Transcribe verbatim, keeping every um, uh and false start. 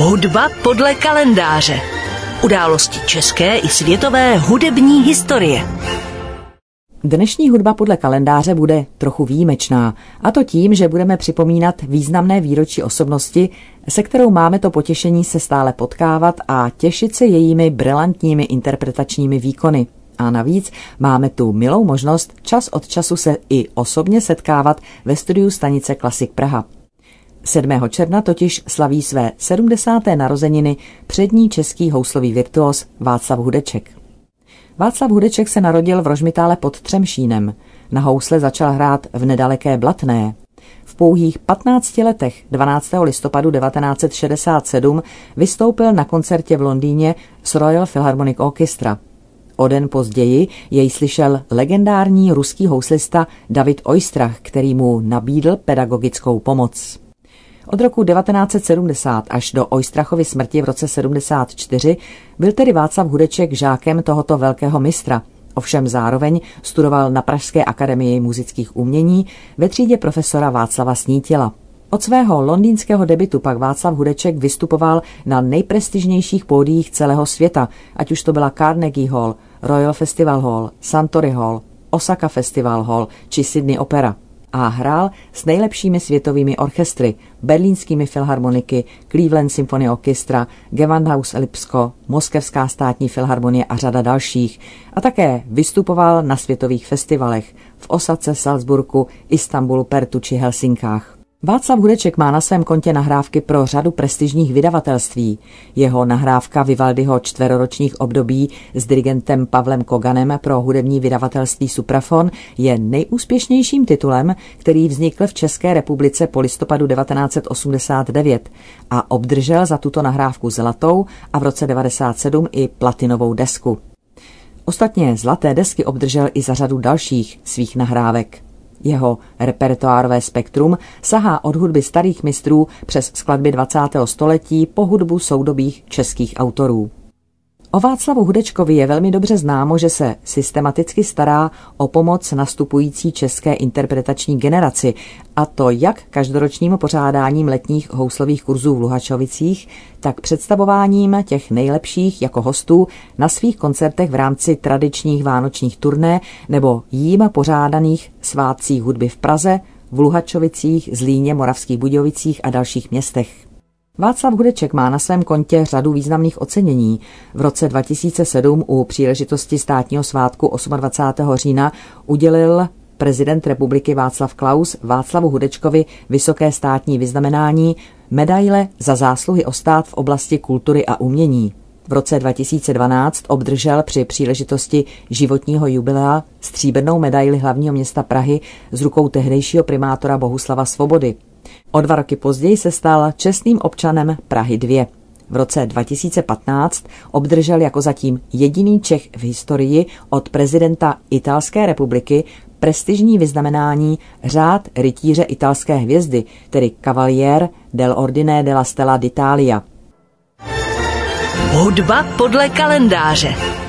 Hudba podle kalendáře. Události české i světové hudební historie. Dnešní hudba podle kalendáře bude trochu výjimečná, a to tím, že budeme připomínat významné výročí osobnosti, se kterou máme to potěšení se stále potkávat a těšit se jejími brilantními interpretačními výkony. A navíc máme tu milou možnost čas od času se i osobně setkávat ve studiu stanice Klasik Praha. sedmého června totiž slaví své sedmdesáté narozeniny přední český houslový virtuos Václav Hudeček. Václav Hudeček se narodil v Rožmitále pod Třemšínem. Na housle začal hrát v nedaleké Blatné. V pouhých patnácti letech dvanáctého listopadu devatenáct set šedesát sedm vystoupil na koncertě v Londýně s Royal Philharmonic Orchestra. O den později jej slyšel legendární ruský houslista David Oistrach, který mu nabídl pedagogickou pomoc. Od roku devatenáct set sedmdesát až do Oistrachovy smrti v roce sedmdesát čtyři byl tedy Václav Hudeček žákem tohoto velkého mistra. Ovšem zároveň studoval na Pražské akademii muzických umění ve třídě profesora Václava Snítila. Od svého londýnského debutu pak Václav Hudeček vystupoval na nejprestižnějších pódiích celého světa, ať už to byla Carnegie Hall, Royal Festival Hall, Suntory Hall, Osaka Festival Hall či Sydney Opera. A hrál s nejlepšími světovými orchestry, berlínskými filharmoniky, Cleveland Symphony Orchestra, Gewandhaus Lipsko, Moskevská státní filharmonie a řada dalších. A také vystupoval na světových festivalech v Osace, Salzburgu, Istanbulu, Pertu či Helsinkách. Václav Hudeček má na svém kontě nahrávky pro řadu prestižních vydavatelství. Jeho nahrávka Vivaldiho čtveroročních období s dirigentem Pavlem Koganem pro hudební vydavatelství Suprafon je nejúspěšnějším titulem, který vznikl v České republice po listopadu devatenáct set osmdesát devět a obdržel za tuto nahrávku zlatou a v roce devadesát sedm i platinovou desku. Ostatně zlaté desky obdržel i za řadu dalších svých nahrávek. Jeho repertoárové spektrum sahá od hudby starých mistrů přes skladby dvacátého století po hudbu soudobých českých autorů. O Václavu Hudečkovi je velmi dobře známo, že se systematicky stará o pomoc nastupující české interpretační generaci, a to jak každoročním pořádáním letních houslových kurzů v Luhačovicích, tak představováním těch nejlepších jako hostů na svých koncertech v rámci tradičních vánočních turné nebo jím pořádaných svátcích hudby v Praze, v Luhačovicích, Zlíně, Moravských Budějovicích a dalších městech. Václav Hudeček má na svém kontě řadu významných ocenění. V roce dva tisíce sedm u příležitosti státního svátku dvacátého osmého října udělil prezident republiky Václav Klaus Václavu Hudečkovi vysoké státní vyznamenání medaile za zásluhy o stát v oblasti kultury a umění. V roce dva tisíce dvanáct obdržel při příležitosti životního jubilea stříbrnou medaili hlavního města Prahy z rukou tehdejšího primátora Bohuslava Svobody. O dva roky později se stal čestným občanem Prahy dva. V roce dva tisíce patnáct obdržel jako zatím jediný Čech v historii od prezidenta Italské republiky prestižní vyznamenání Řád rytíře italské hvězdy, tedy Cavaliere dell'Ordine della Stella d'Italia. Hudba podle kalendáře.